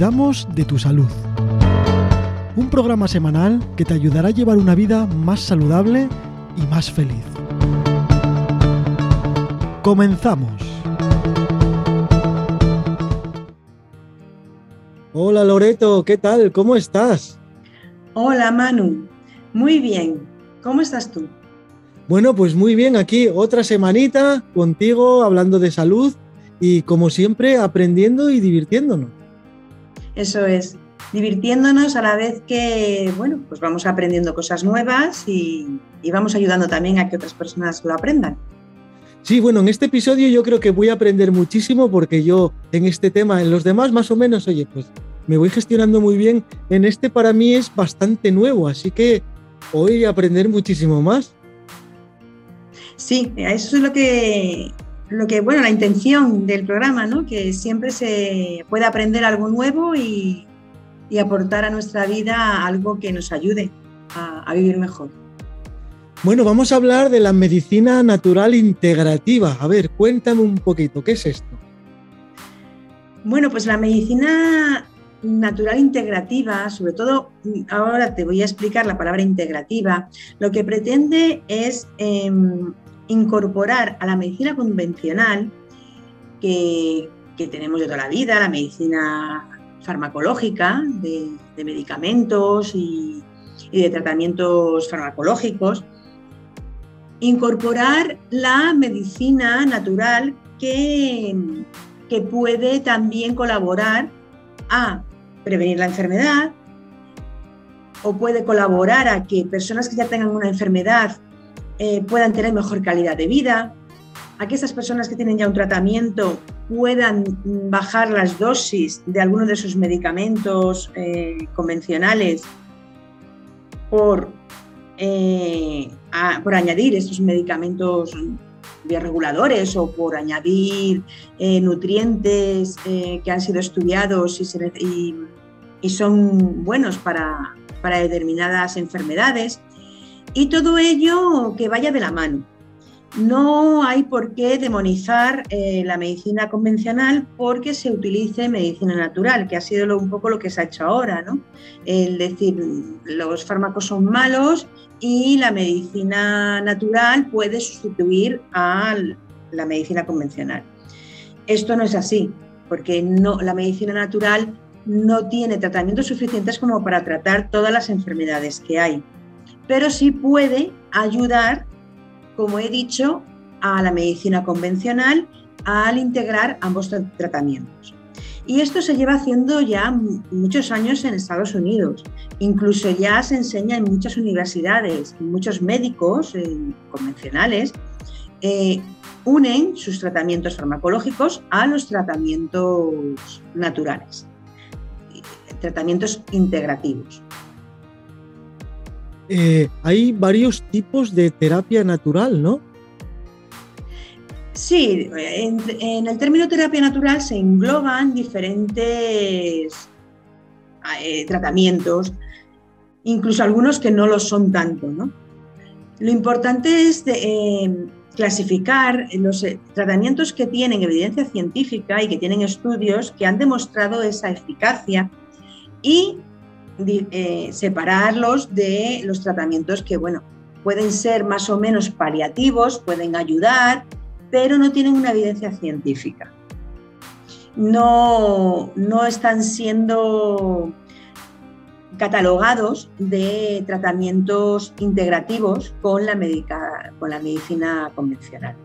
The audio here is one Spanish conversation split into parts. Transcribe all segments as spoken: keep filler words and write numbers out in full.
Cuidamos de tu salud. Un programa semanal que te ayudará a llevar una vida más saludable y más feliz. ¡Comenzamos! Hola Loreto, ¿qué tal? ¿Cómo estás? Hola Manu, muy bien. ¿Cómo estás tú? Bueno, pues muy bien, aquí otra semanita contigo hablando de salud y como siempre aprendiendo y divirtiéndonos. Eso es, divirtiéndonos a la vez que, bueno, pues vamos aprendiendo cosas nuevas y, y vamos ayudando también a que otras personas lo aprendan. Sí, bueno, en este episodio yo creo que voy a aprender muchísimo porque yo en este tema, en los demás más o menos, oye, pues me voy gestionando muy bien. En este para mí es bastante nuevo, así que hoy voy a aprender muchísimo más. Sí, eso es lo que, lo que, bueno, la intención del programa, ¿no? Que siempre se pueda aprender algo nuevo y, y aportar a nuestra vida algo que nos ayude a, a vivir mejor. Bueno, vamos a hablar de la medicina natural integrativa. A ver, cuéntame un poquito, ¿qué es esto? Bueno, pues la medicina natural integrativa, sobre todo ahora te voy a explicar la palabra integrativa, lo que pretende es eh, incorporar a la medicina convencional que, que tenemos de toda la vida, la medicina farmacológica, de, de medicamentos y, y de tratamientos farmacológicos, incorporar la medicina natural que, que puede también colaborar a prevenir la enfermedad o puede colaborar a que personas que ya tengan una enfermedad eh, puedan tener mejor calidad de vida, a que esas personas que tienen ya un tratamiento puedan bajar las dosis de algunos de sus medicamentos eh, convencionales por, eh, a, por añadir estos medicamentos bioreguladores o por añadir eh, nutrientes eh, que han sido estudiados y, se, y, y son buenos para, para determinadas enfermedades, y todo ello que vaya de la mano. No hay por qué demonizar eh, la medicina convencional porque se utilice medicina natural, que ha sido lo, un poco lo que se ha hecho ahora, ¿no? El decir, los fármacos son malos y la medicina natural puede sustituir a la medicina convencional. Esto no es así, porque no, la medicina natural no tiene tratamientos suficientes como para tratar todas las enfermedades que hay, pero sí puede ayudar, como he dicho, a la medicina convencional al integrar ambos tratamientos. Y esto se lleva haciendo ya muchos años en Estados Unidos. Incluso ya se enseña en muchas universidades. Muchos médicos eh, convencionales eh, unen sus tratamientos farmacológicos a los tratamientos naturales, tratamientos integrativos. Eh, hay varios tipos de terapia natural, ¿no? Sí, en, en el término terapia natural se engloban diferentes eh, tratamientos, incluso algunos que no lo son tanto, ¿no? Lo importante es de, eh, clasificar los eh, tratamientos que tienen evidencia científica y que tienen estudios que han demostrado esa eficacia y eh, separarlos de los tratamientos que, bueno, pueden ser más o menos paliativos, pueden ayudar, pero no tienen una evidencia científica. No, no están siendo catalogados de tratamientos integrativos con la, medica, con la medicina convencional.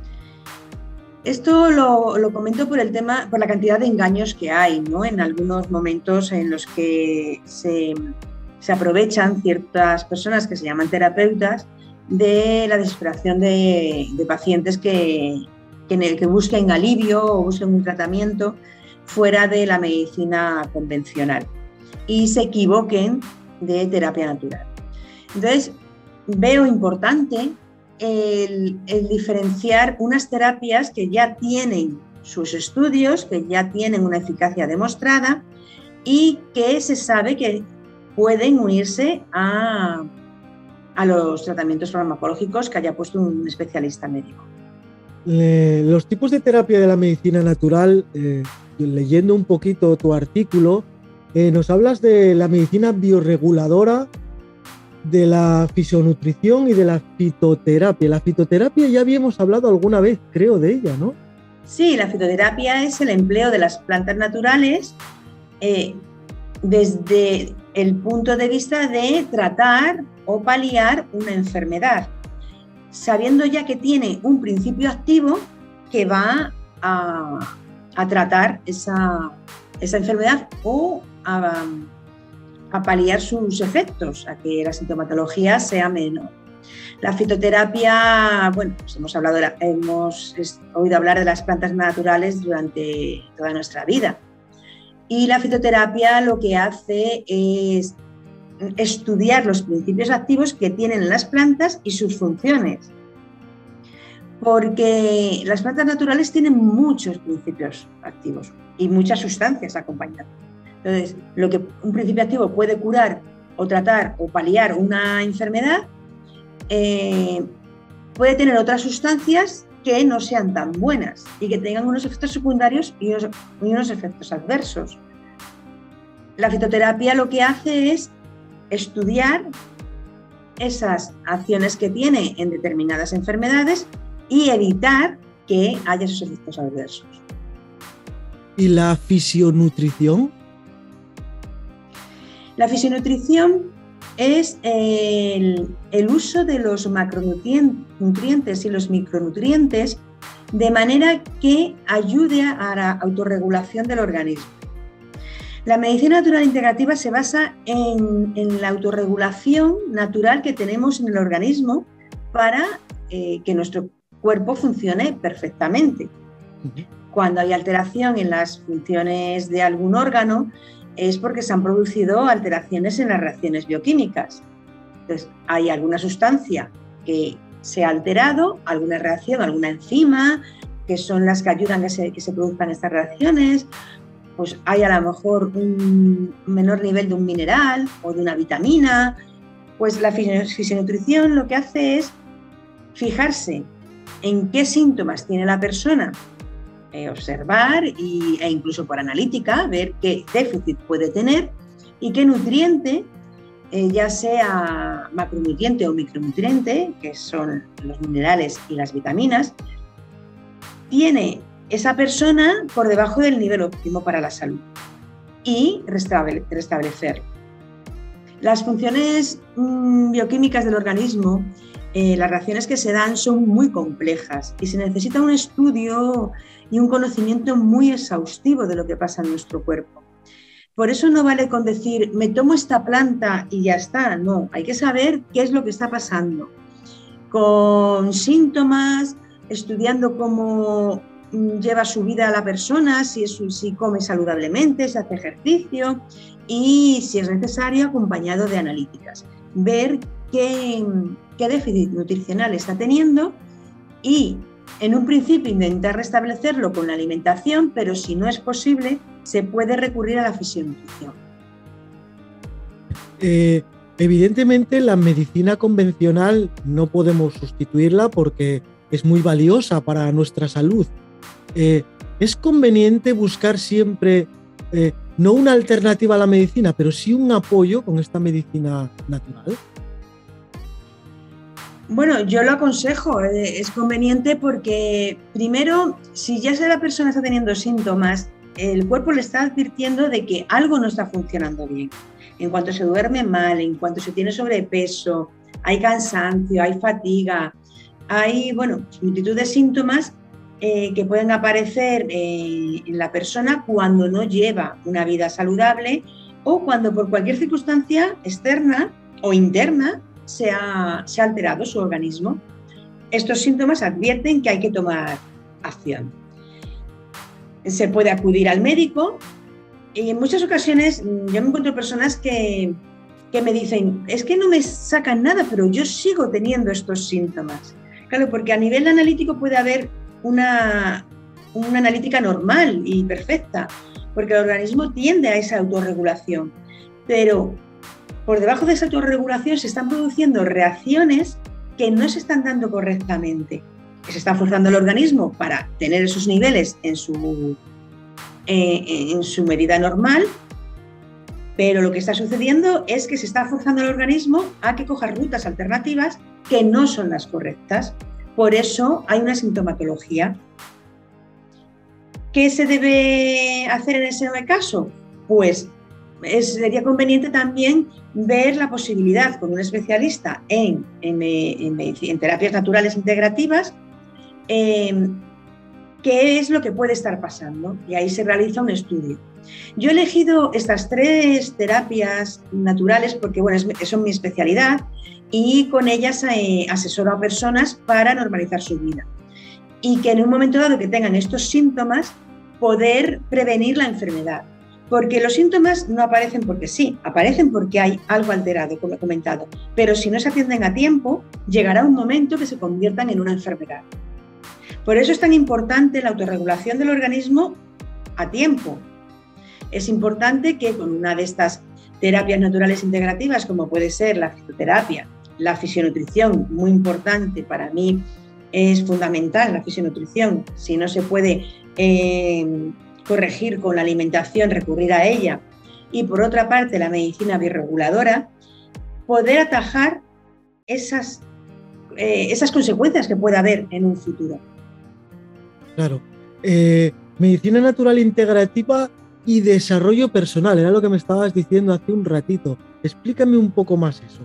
Esto lo, lo comento por el tema, por la cantidad de engaños que hay, ¿no? En algunos momentos en los que se, se aprovechan ciertas personas que se llaman terapeutas de la desesperación de, de pacientes que, que, en el que busquen alivio o busquen un tratamiento fuera de la medicina convencional y se equivoquen de terapia natural. Entonces, veo importante el, el diferenciar unas terapias que ya tienen sus estudios, que ya tienen una eficacia demostrada y que se sabe que pueden unirse a, a los tratamientos farmacológicos que haya puesto un especialista médico. Eh, los tipos de terapia de la medicina natural, eh, leyendo un poquito tu artículo, eh, nos hablas de la medicina bioreguladora, de la fisionutrición y de la fitoterapia. La fitoterapia ya habíamos hablado alguna vez, creo, de ella, ¿no? Sí, la fitoterapia es el empleo de las plantas naturales eh, desde el punto de vista de tratar o paliar una enfermedad, sabiendo ya que tiene un principio activo que va a, a tratar esa, esa enfermedad o a, a paliar sus efectos, a que la sintomatología sea menor. La fitoterapia, bueno, pues hemos, hablado, hemos oído hablar de las plantas naturales durante toda nuestra vida. Y la fitoterapia lo que hace es estudiar los principios activos que tienen las plantas y sus funciones. Porque las plantas naturales tienen muchos principios activos y muchas sustancias acompañadas. Entonces, lo que un principio activo puede curar o tratar o paliar una enfermedad, eh, puede tener otras sustancias que no sean tan buenas y que tengan unos efectos secundarios y unos, y unos efectos adversos. La fitoterapia lo que hace es estudiar esas acciones que tiene en determinadas enfermedades y evitar que haya esos efectos adversos. ¿Y la fisionutrición? La fisionutrición es el, el uso de los macronutrientes y los micronutrientes de manera que ayude a la autorregulación del organismo. La medicina natural integrativa se basa en, en la autorregulación natural que tenemos en el organismo para eh, que nuestro cuerpo funcione perfectamente. Cuando hay alteración en las funciones de algún órgano, es porque se han producido alteraciones en las reacciones bioquímicas. Entonces, hay alguna sustancia que se ha alterado, alguna reacción, alguna enzima, que son las que ayudan a que se, que se produzcan estas reacciones. Pues hay a lo mejor un menor nivel de un mineral o de una vitamina. Pues la fisionutrición lo que hace es fijarse en qué síntomas tiene la persona, Eh, observar y, e incluso por analítica, ver qué déficit puede tener y qué nutriente, eh, ya sea macronutriente o micronutriente, que son los minerales y las vitaminas, tiene esa persona por debajo del nivel óptimo para la salud y restable, restablecerlo. Las funciones mmm, bioquímicas del organismo, eh, las reacciones que se dan son muy complejas y se necesita un estudio y un conocimiento muy exhaustivo de lo que pasa en nuestro cuerpo. Por eso no vale con decir, me tomo esta planta y ya está. No, hay que saber qué es lo que está pasando. Con síntomas, estudiando cómo lleva su vida la persona, si, es, si come saludablemente, si hace ejercicio y, si es necesario, acompañado de analíticas. Ver qué, qué déficit nutricional está teniendo y, en un principio, intentar restablecerlo con la alimentación, pero si no es posible, se puede recurrir a la fisionutrición. Eh, evidentemente, la medicina convencional no podemos sustituirla porque es muy valiosa para nuestra salud. Eh, ¿Es conveniente buscar siempre, eh, no una alternativa a la medicina, pero sí un apoyo con esta medicina natural? Bueno, yo lo aconsejo, eh, es conveniente porque, primero, si ya la persona está teniendo síntomas, el cuerpo le está advirtiendo de que algo no está funcionando bien. En cuanto se duerme mal, en cuanto se tiene sobrepeso, hay cansancio, hay fatiga, hay, bueno, multitud de síntomas eh, que pueden aparecer eh, en la persona cuando no lleva una vida saludable o cuando por cualquier circunstancia externa o interna se ha, se ha alterado su organismo. Estos síntomas advierten que hay que tomar acción. Se puede acudir al médico y en muchas ocasiones yo me encuentro personas que, que me dicen, es que no me sacan nada, pero yo sigo teniendo estos síntomas. Claro, porque a nivel analítico puede haber una, una analítica normal y perfecta, porque el organismo tiende a esa autorregulación, pero por debajo de esa autorregulación se están produciendo reacciones que no se están dando correctamente, que se está forzando el organismo para tener esos niveles en su, eh, en su medida normal, Pero lo que está sucediendo es que se está forzando al organismo a que coja rutas alternativas que no son las correctas. Por eso hay una sintomatología. ¿Qué se debe hacer en ese caso? Pues es, sería conveniente también ver la posibilidad con un especialista en, en, en, en terapias naturales integrativas, eh, qué es lo que puede estar pasando, y ahí se realiza un estudio. Yo he elegido estas tres terapias naturales porque bueno, es, son mi especialidad y con ellas eh, asesoro a personas para normalizar su vida y que en un momento dado que tengan estos síntomas poder prevenir la enfermedad, porque los síntomas no aparecen porque sí, aparecen porque hay algo alterado, como he comentado, pero si no se atienden a tiempo, llegará un momento que se conviertan en una enfermedad. Por eso es tan importante la autorregulación del organismo a tiempo. Es importante que con una de estas terapias naturales integrativas, como puede ser la fitoterapia, la fisionutrición, muy importante para mí, es fundamental la fisionutrición. Si no se puede eh, corregir con la alimentación, recurrir a ella. Y por otra parte, la medicina birreguladora, poder atajar esas, eh, esas consecuencias que pueda haber en un futuro. Claro. Eh, medicina natural integrativa y desarrollo personal, era lo que me estabas diciendo hace un ratito. Explícame un poco más eso.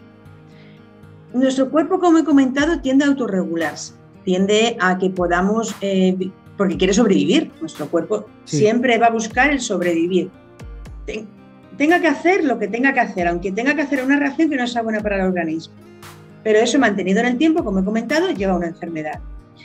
Nuestro cuerpo, como he comentado, tiende a autorregularse, tiende a que podamos, eh, porque quiere sobrevivir, nuestro cuerpo sí. Siempre va a buscar el sobrevivir. Ten, tenga que hacer lo que tenga que hacer, aunque tenga que hacer una reacción que no sea buena para el organismo. Pero eso mantenido en el tiempo, como he comentado, lleva a una enfermedad.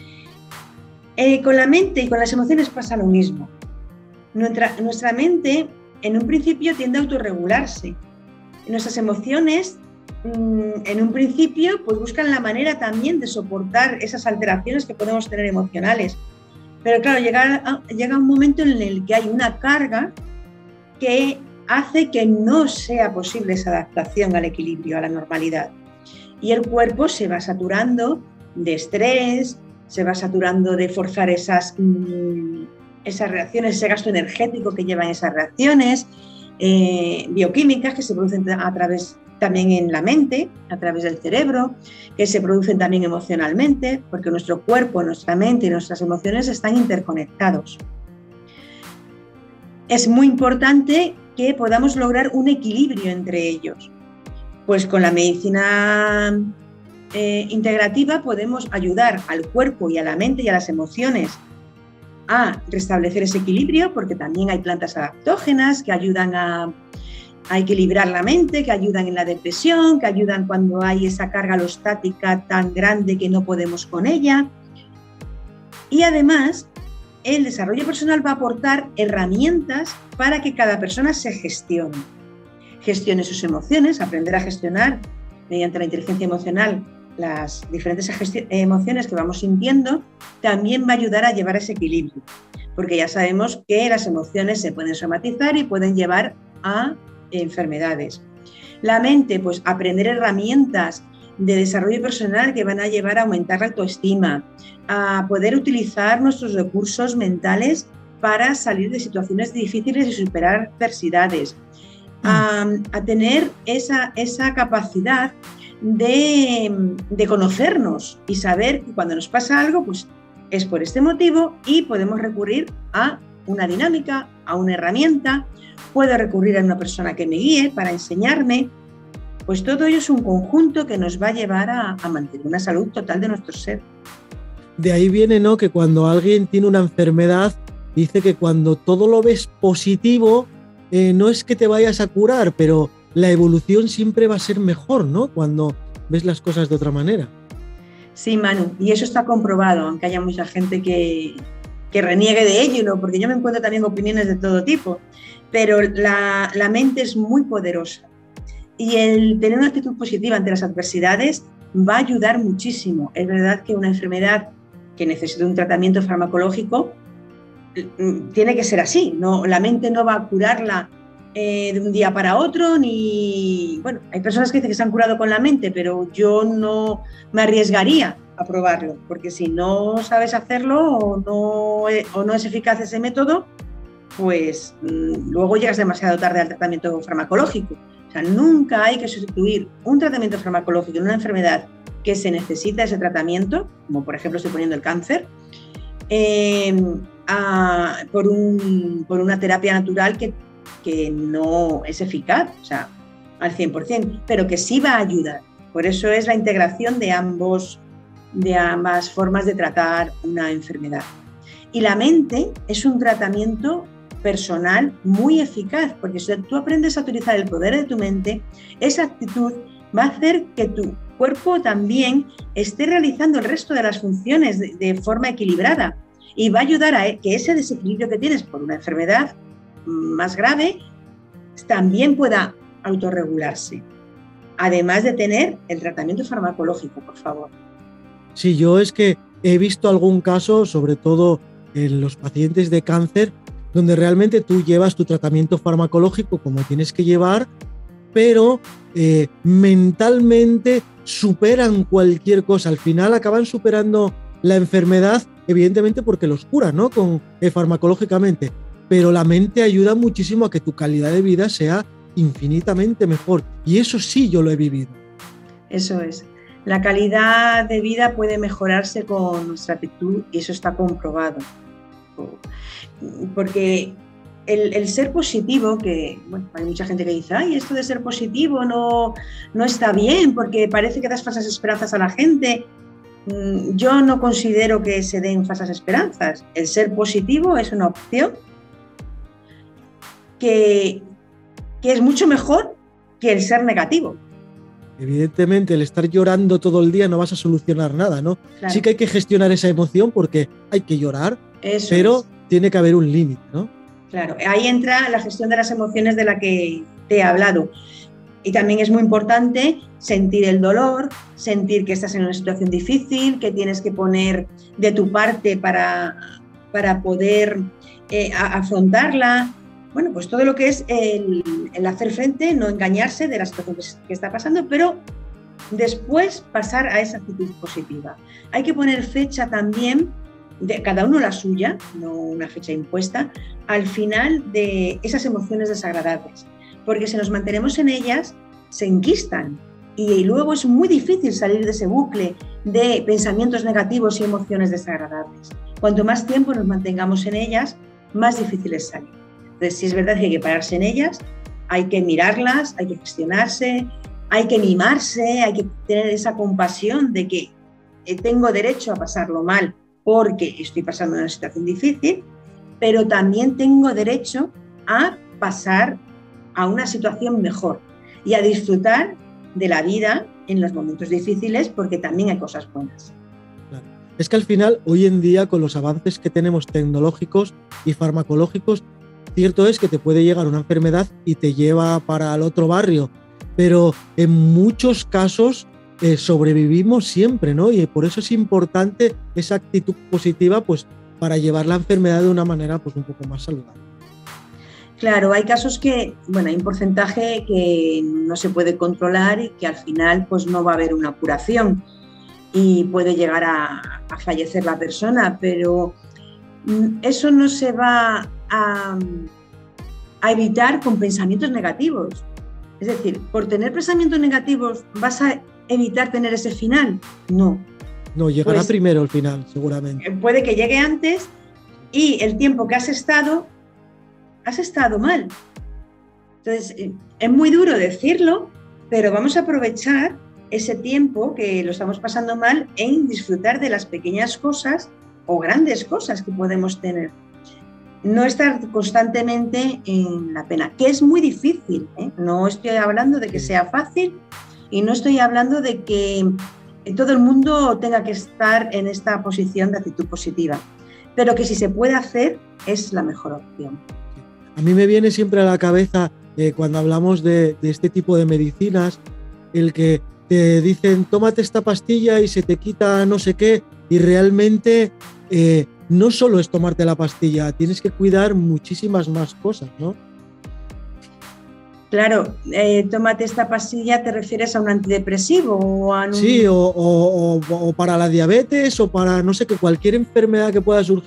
Eh, con la mente y con las emociones pasa lo mismo. Nuestra, nuestra mente, en un principio, tiende a autorregularse. Nuestras emociones, en un principio, pues buscan la manera también de soportar esas alteraciones que podemos tener emocionales. Pero claro, llega, llega un momento en el que hay una carga que hace que no sea posible esa adaptación al equilibrio, a la normalidad. Y el cuerpo se va saturando de estrés, se va saturando de forzar esas, esas reacciones, ese gasto energético que llevan esas reacciones eh, bioquímicas que se producen a través también en la mente, a través del cerebro, que se producen también emocionalmente, porque nuestro cuerpo, nuestra mente y nuestras emociones están interconectados. Es muy importante que podamos lograr un equilibrio entre ellos. Pues con la medicina eh, integrativa podemos ayudar al cuerpo y a la mente y a las emociones a restablecer ese equilibrio, porque también hay plantas adaptógenas que ayudan a a equilibrar la mente, que ayudan en la depresión, que ayudan cuando hay esa carga alostática tan grande que no podemos con ella. Y además, el desarrollo personal va a aportar herramientas para que cada persona se gestione. Gestione sus emociones, aprender a gestionar mediante la inteligencia emocional las diferentes emociones que vamos sintiendo, también va a ayudar a llevar ese equilibrio. Porque ya sabemos que las emociones se pueden somatizar y pueden llevar a enfermedades. La mente, pues aprender herramientas de desarrollo personal que van a llevar a aumentar la autoestima, a poder utilizar nuestros recursos mentales para salir de situaciones difíciles y superar adversidades, mm. a, a tener esa, esa capacidad de, de conocernos y saber que cuando nos pasa algo, pues es por este motivo y podemos recurrir a una dinámica, a una herramienta. Puedo recurrir a una persona que me guíe para enseñarme, pues todo ello es un conjunto que nos va a llevar a, a mantener una salud total de nuestro ser. De ahí viene, ¿no?, que cuando alguien tiene una enfermedad, dice que cuando todo lo ves positivo, eh, no es que te vayas a curar, pero la evolución siempre va a ser mejor, ¿no?, cuando ves las cosas de otra manera. Sí, Manu, y eso está comprobado, aunque haya mucha gente que, que reniegue de ello, ¿no?, porque yo me encuentro también opiniones de todo tipo. Pero la, la mente es muy poderosa y el tener una actitud positiva ante las adversidades va a ayudar muchísimo. Es verdad que una enfermedad que necesita un tratamiento farmacológico tiene que ser así, ¿no? La mente no va a curarla eh, de un día para otro, ni... Bueno, hay personas que dicen que se han curado con la mente, pero yo no me arriesgaría a probarlo, porque si no sabes hacerlo o no, o no es eficaz ese método, pues luego llegas demasiado tarde al tratamiento farmacológico. O sea, nunca hay que sustituir un tratamiento farmacológico en una enfermedad que se necesita ese tratamiento, como por ejemplo estoy poniendo el cáncer, eh, a, por, un, por una terapia natural que, que no es eficaz, o sea, al cien por ciento, pero que sí va a ayudar. Por eso es la integración de, ambos, de ambas formas de tratar una enfermedad. Y la mente es un tratamiento personal muy eficaz, porque si tú aprendes a utilizar el poder de tu mente, esa actitud va a hacer que tu cuerpo también esté realizando el resto de las funciones de, de forma equilibrada y va a ayudar a que ese desequilibrio que tienes por una enfermedad más grave también pueda autorregularse, además de tener el tratamiento farmacológico, por favor. Sí, yo es que he visto algún caso, sobre todo en los pacientes de cáncer, donde realmente tú llevas tu tratamiento farmacológico como tienes que llevar, pero eh, mentalmente superan cualquier cosa. Al final acaban superando la enfermedad, evidentemente porque los curan, ¿no? Con, eh, farmacológicamente, pero la mente ayuda muchísimo a que tu calidad de vida sea infinitamente mejor. Y eso sí yo lo he vivido. Eso es. La calidad de vida puede mejorarse con nuestra actitud y eso está comprobado. Porque el, el ser positivo, que bueno, hay mucha gente que dice, ay, esto de ser positivo no, no está bien porque parece que das falsas esperanzas a la gente. Yo no considero que se den falsas esperanzas. El ser positivo es una opción que, que es mucho mejor que el ser negativo. Evidentemente, el estar llorando todo el día no vas a solucionar nada, ¿no? Claro. Sí que hay que gestionar esa emoción porque hay que llorar, Eso pero es. Tiene que haber un límite, ¿no? Claro, ahí entra la gestión de las emociones de la que te he hablado. Y también es muy importante sentir el dolor, sentir que estás en una situación difícil, que tienes que poner de tu parte para, para poder eh, afrontarla. Bueno, pues todo lo que es el, el hacer frente, no engañarse de la situación que está pasando, pero después pasar a esa actitud positiva. Hay que poner fecha también, de cada uno la suya, no una fecha impuesta, al final de esas emociones desagradables, porque si nos mantenemos en ellas, se enquistan y luego es muy difícil salir de ese bucle de pensamientos negativos y emociones desagradables. Cuanto más tiempo nos mantengamos en ellas, más difícil es salir. Entonces, sí es verdad que hay que pararse en ellas, hay que mirarlas, hay que gestionarse, hay que mimarse, hay que tener esa compasión de que tengo derecho a pasarlo mal porque estoy pasando una situación difícil, pero también tengo derecho a pasar a una situación mejor y a disfrutar de la vida en los momentos difíciles porque también hay cosas buenas. Claro. Es que al final, hoy en día, con los avances que tenemos tecnológicos y farmacológicos, cierto es que te puede llegar una enfermedad y te lleva para el otro barrio, pero en muchos casos eh, sobrevivimos siempre, ¿no? Y por eso es importante esa actitud positiva, pues, para llevar la enfermedad de una manera, pues, un poco más saludable. Claro, hay casos que, bueno, hay un porcentaje que no se puede controlar y que al final, pues, no va a haber una curación y puede llegar a, a fallecer la persona, pero eso no se va a, a evitar con pensamientos negativos. Es decir, por tener pensamientos negativos, ¿vas a evitar tener ese final? No. No, llegará pues, primero el final, seguramente. Puede que llegue antes y el tiempo que has estado, has estado mal. Entonces, es muy duro decirlo, pero vamos a aprovechar ese tiempo que lo estamos pasando mal en disfrutar de las pequeñas cosas o grandes cosas que podemos tener. No estar constantemente en la pena, que es muy difícil, ¿eh? No estoy hablando de que sea fácil y no estoy hablando de que todo el mundo tenga que estar en esta posición de actitud positiva, pero que si se puede hacer es la mejor opción. A mí me viene siempre a la cabeza eh, cuando hablamos de, de este tipo de medicinas, el que te dicen tómate esta pastilla y se te quita no sé qué, y realmente eh, no solo es tomarte la pastilla, tienes que cuidar muchísimas más cosas, ¿no? Claro, eh, tómate esta pastilla, ¿te refieres a un antidepresivo? O a un... Sí, o, o, o, o para la diabetes o para, no sé, que cualquier enfermedad que pueda surgir,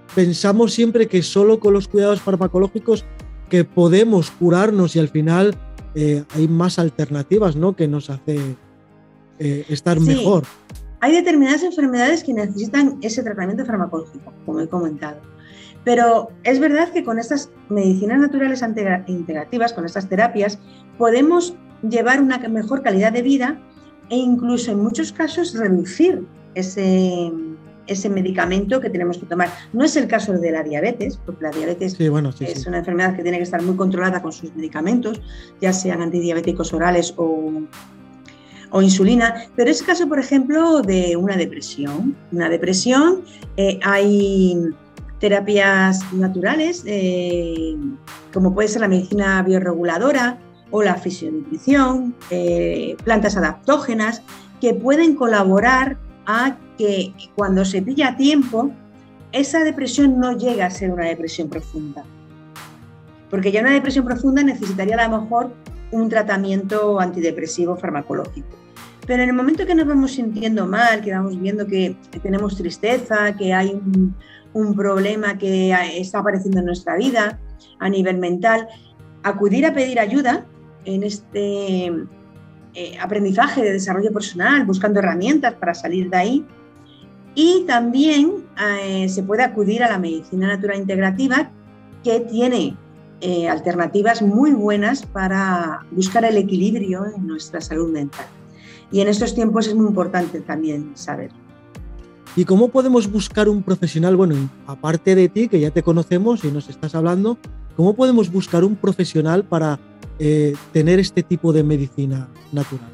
pensamos siempre que solo con los cuidados farmacológicos que podemos curarnos y al final eh, hay más alternativas, ¿no?, que nos hace eh, estar sí, mejor. Hay determinadas enfermedades que necesitan ese tratamiento farmacológico, como he comentado. Pero es verdad que con estas medicinas naturales integrativas, con estas terapias, podemos llevar una mejor calidad de vida e incluso en muchos casos reducir ese, ese medicamento que tenemos que tomar. No es el caso de la diabetes, porque la diabetes sí, bueno, sí, es sí. una enfermedad que tiene que estar muy controlada con sus medicamentos, ya sean antidiabéticos orales o, o insulina, pero es el caso, por ejemplo, de una depresión. Una depresión, eh, hay terapias naturales, eh, como puede ser la medicina bioreguladora o la fisionutrición, eh, plantas adaptógenas, que pueden colaborar a que cuando se pilla a tiempo, esa depresión no llegue a ser una depresión profunda. Porque ya una depresión profunda necesitaría a lo mejor un tratamiento antidepresivo farmacológico. Pero en el momento que nos vamos sintiendo mal, que vamos viendo que tenemos tristeza, que hay un, un problema que está apareciendo en nuestra vida a nivel mental, acudir a pedir ayuda en este eh, aprendizaje de desarrollo personal, buscando herramientas para salir de ahí. Y también eh, se puede acudir a la medicina natural integrativa, que tiene eh, alternativas muy buenas para buscar el equilibrio en nuestra salud mental. Y en estos tiempos es muy importante también saber. ¿Y cómo podemos buscar un profesional? Bueno, aparte de ti, que ya te conocemos y nos estás hablando, ¿cómo podemos buscar un profesional para eh, tener este tipo de medicina natural?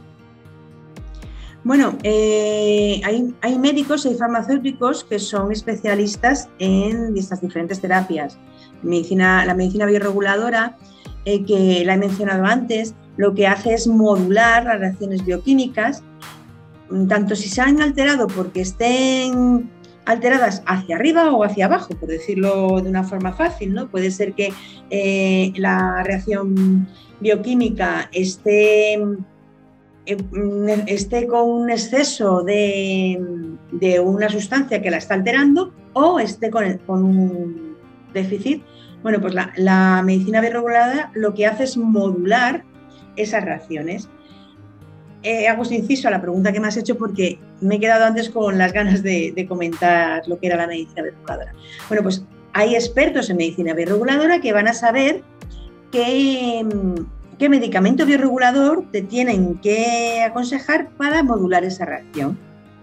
Bueno, eh, hay, hay médicos, hay farmacéuticos que son especialistas en estas diferentes terapias. Medicina, la medicina bioreguladora, eh, que la he mencionado antes, lo que hace es modular las reacciones bioquímicas, tanto si se han alterado porque estén alteradas hacia arriba o hacia abajo, por decirlo de una forma fácil, ¿no? Puede ser que eh, la reacción bioquímica esté, eh, esté con un exceso de, de una sustancia que la está alterando o esté con, el, con un déficit. Bueno, pues la, la medicina bioregulada lo que hace es modular esas reacciones. Eh, hago este inciso a la pregunta que me has hecho porque me he quedado antes con las ganas de, de comentar lo que era la medicina bioreguladora. Bueno, pues hay expertos en medicina bioreguladora que van a saber qué, qué medicamento bioregulador te tienen que aconsejar para modular esa reacción.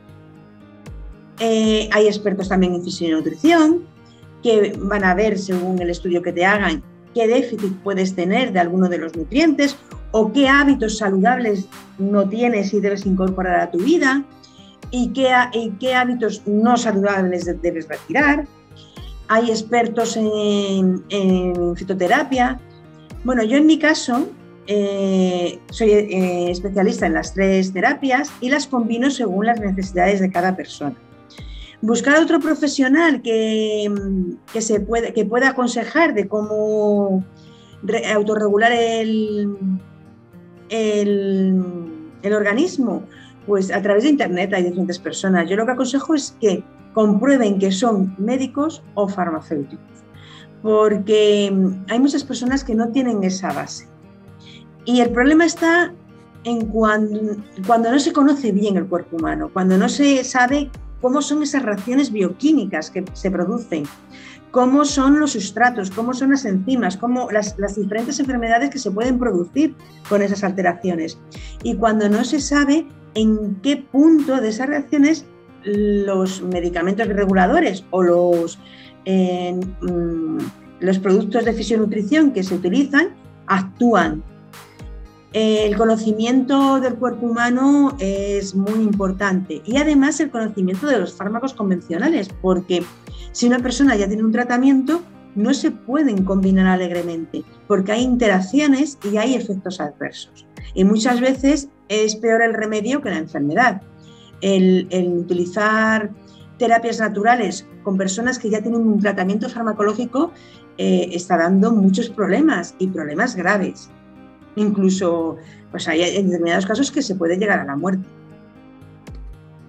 Eh, hay expertos también en fisionutrición que van a ver, según el estudio que te hagan, qué déficit puedes tener de alguno de los nutrientes o qué hábitos saludables no tienes y debes incorporar a tu vida y qué, y qué hábitos no saludables debes retirar. Hay expertos en, en fitoterapia. Bueno, yo en mi caso eh, soy eh, especialista en las tres terapias y las combino según las necesidades de cada persona. Buscar a otro profesional que, que, se puede, que pueda aconsejar de cómo re, autorregular el, el, el organismo, pues a través de internet hay diferentes personas. Yo lo que aconsejo es que comprueben que son médicos o farmacéuticos, porque hay muchas personas que no tienen esa base. Y el problema está en cuando, cuando no se conoce bien el cuerpo humano, cuando no se sabe cómo son esas reacciones bioquímicas que se producen, cómo son los sustratos, cómo son las enzimas, cómo las, las diferentes enfermedades que se pueden producir con esas alteraciones. Y cuando no se sabe en qué punto de esas reacciones los medicamentos reguladores o los, eh, los productos de fisionutrición que se utilizan actúan. El conocimiento del cuerpo humano es muy importante y además el conocimiento de los fármacos convencionales, porque si una persona ya tiene un tratamiento no se pueden combinar alegremente porque hay interacciones y hay efectos adversos y muchas veces es peor el remedio que la enfermedad. El, el utilizar terapias naturales con personas que ya tienen un tratamiento farmacológico eh, está dando muchos problemas y problemas graves. Incluso pues hay en determinados casos que se puede llegar a la muerte.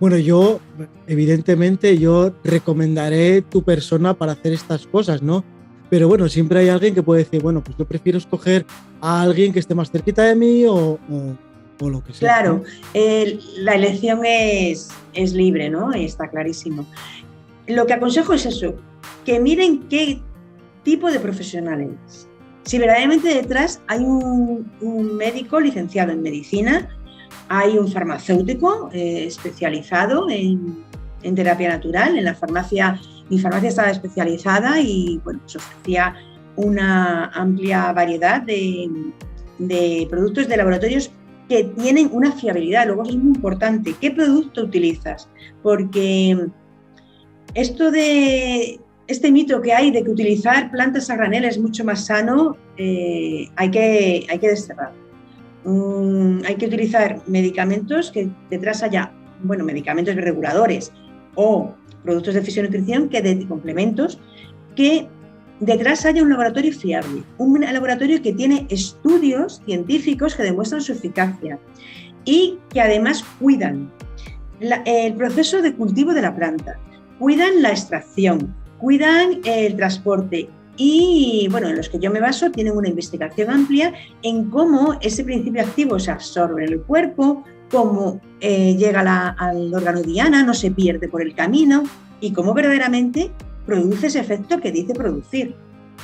Bueno, yo, evidentemente, yo recomendaré tu persona para hacer estas cosas, ¿no? Pero bueno, siempre hay alguien que puede decir, bueno, pues yo prefiero escoger a alguien que esté más cerquita de mí o, o, o lo que sea. Claro, ¿no? eh, la elección es, es libre, ¿no? Está clarísimo. Lo que aconsejo es eso, que miren qué tipo de profesional es. Si verdaderamente detrás hay un, un médico licenciado en medicina, hay un farmacéutico eh, especializado en, en terapia natural. En la farmacia, mi farmacia estaba especializada y bueno, pues ofrecía una amplia variedad de, de productos de laboratorios que tienen una fiabilidad. Luego es muy importante, ¿qué producto utilizas? Porque esto de este mito que hay de que utilizar plantas a granel es mucho más sano, eh, hay que, hay que desterrarlo. Um, hay que utilizar medicamentos que detrás haya, bueno, medicamentos reguladores o productos de fisionutrición, que de complementos, que detrás haya un laboratorio fiable, un laboratorio que tiene estudios científicos que demuestran su eficacia y que además cuidan la, el proceso de cultivo de la planta, cuidan la extracción, cuidan el transporte. Y bueno, en los que yo me baso tienen una investigación amplia en cómo ese principio activo se absorbe en el cuerpo, cómo eh, llega la, al órgano diana, no se pierde por el camino y cómo verdaderamente produce ese efecto que dice producir.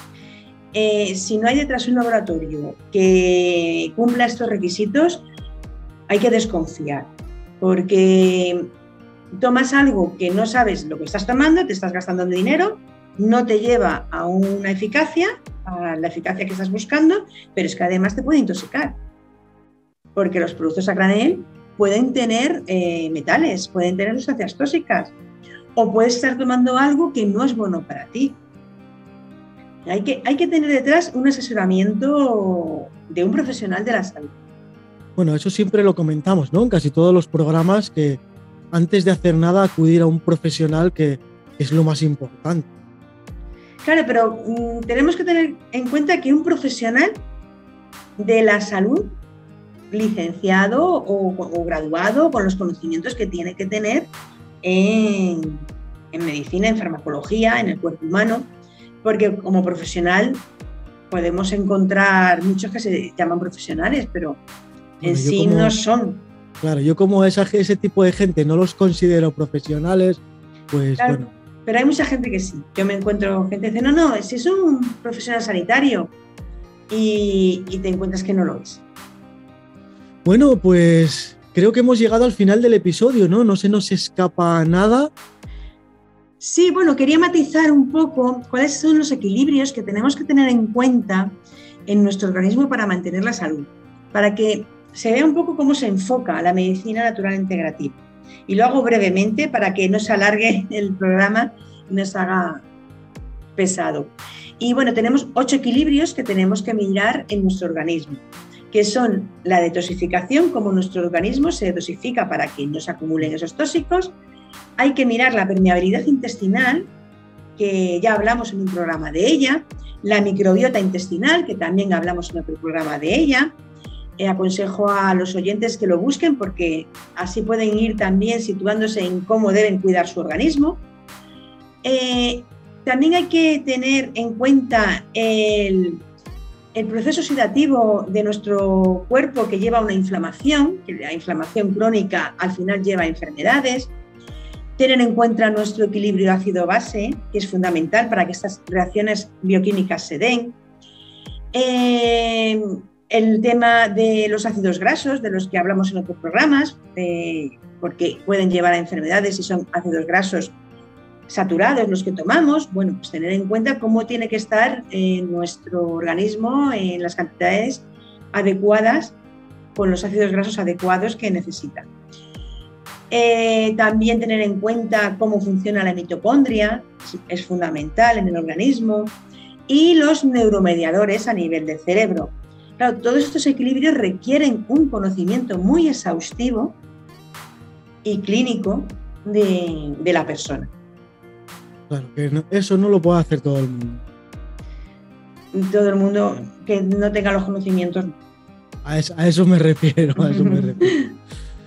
Eh, si no hay detrás un laboratorio que cumpla estos requisitos, hay que desconfiar, porque tomas algo que no sabes lo que estás tomando, te estás gastando dinero, no te lleva a una eficacia, a la eficacia que estás buscando, pero es que además te puede intoxicar, porque los productos a granel pueden tener eh, metales, pueden tener sustancias tóxicas, o puedes estar tomando algo que no es bueno para ti. Hay que, hay que tener detrás un asesoramiento de un profesional de la salud. Bueno, eso siempre lo comentamos, ¿no? En casi todos los programas, que antes de hacer nada acudir a un profesional, que es lo más importante. Claro, pero mmm, tenemos que tener en cuenta que un profesional de la salud, licenciado o, o graduado, con los conocimientos que tiene que tener en, en medicina, en farmacología, en el cuerpo humano, porque como profesional podemos encontrar muchos que se llaman profesionales, pero en bueno, sí como, no son. Claro, yo como esa, ese tipo de gente no los considero profesionales, pues claro. bueno. Pero hay mucha gente que sí. Yo me encuentro gente que dice, no, no, si es un profesional sanitario, y, y te encuentras que no lo es. Bueno, pues creo que hemos llegado al final del episodio, ¿no? No se nos escapa nada. Sí, bueno, quería matizar un poco cuáles son los equilibrios que tenemos que tener en cuenta en nuestro organismo para mantener la salud, para que se vea un poco cómo se enfoca la medicina natural integrativa. Y lo hago brevemente para que no se alargue el programa y no se haga pesado. Y bueno, tenemos ocho equilibrios que tenemos que mirar en nuestro organismo, que son la detoxificación, cómo nuestro organismo se dosifica para que no se acumulen esos tóxicos. Hay que mirar la permeabilidad intestinal, que ya hablamos en un programa de ella, la microbiota intestinal, que también hablamos en otro programa de ella. Eh, aconsejo a los oyentes que lo busquen porque así pueden ir también situándose en cómo deben cuidar su organismo. Eh, también hay que tener en cuenta el, el proceso oxidativo de nuestro cuerpo, que lleva a una inflamación, que la inflamación crónica al final lleva a enfermedades. Tener en cuenta nuestro equilibrio ácido-base, que es fundamental para que estas reacciones bioquímicas se den. Eh, El tema de los ácidos grasos, de los que hablamos en otros programas, eh, porque pueden llevar a enfermedades si son ácidos grasos saturados los que tomamos. Bueno, pues tener en cuenta cómo tiene que estar en nuestro organismo en las cantidades adecuadas, con los ácidos grasos adecuados que necesita. Eh, también tener en cuenta cómo funciona la mitocondria, es fundamental en el organismo, y los neuromediadores a nivel del cerebro. Claro, todos estos equilibrios requieren un conocimiento muy exhaustivo y clínico de, de la persona. Claro, que no, eso no lo puede hacer todo el mundo. Todo el mundo que no tenga los conocimientos. A eso, a eso me refiero, a eso me refiero.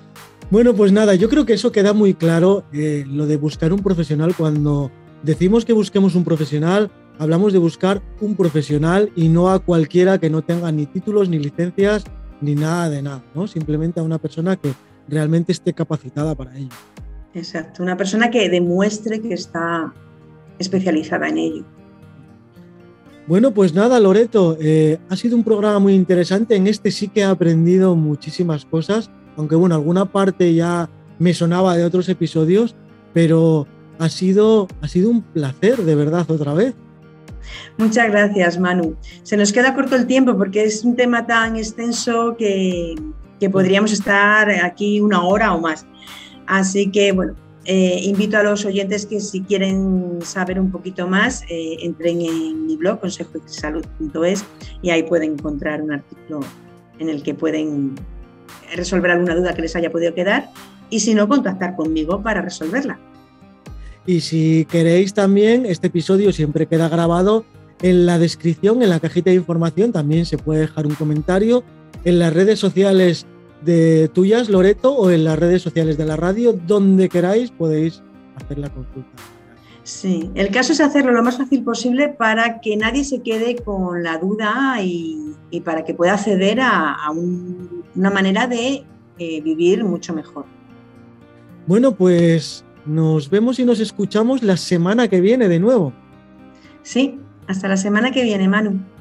Bueno, pues nada, yo creo que eso queda muy claro, eh, lo de buscar un profesional. Cuando decimos que busquemos un profesional, hablamos de buscar un profesional y no a cualquiera que no tenga ni títulos, ni licencias, ni nada de nada, ¿no? Simplemente a una persona que realmente esté capacitada para ello. Exacto, una persona que demuestre que está especializada en ello. Bueno, pues nada, Loreto, eh, ha sido un programa muy interesante. En este sí que he aprendido muchísimas cosas, aunque bueno, alguna parte ya me sonaba de otros episodios, pero ha sido, ha sido un placer, de verdad, otra vez. Muchas gracias, Manu. Se nos queda corto el tiempo porque es un tema tan extenso que, que podríamos estar aquí una hora o más. Así que, bueno, eh, invito a los oyentes que si quieren saber un poquito más, eh, entren en mi blog, consejo de salud punto es, y ahí pueden encontrar un artículo en el que pueden resolver alguna duda que les haya podido quedar y si no, contactar conmigo para resolverla. Y si queréis también, este episodio siempre queda grabado en la descripción, en la cajita de información, también se puede dejar un comentario en las redes sociales de tuyas, Loreto, o en las redes sociales de la radio, donde queráis podéis hacer la consulta. Sí, el caso es hacerlo lo más fácil posible para que nadie se quede con la duda y, y para que pueda acceder a, a un, una manera de eh, vivir mucho mejor. Bueno, pues nos vemos y nos escuchamos la semana que viene de nuevo. Sí, hasta la semana que viene, Manu.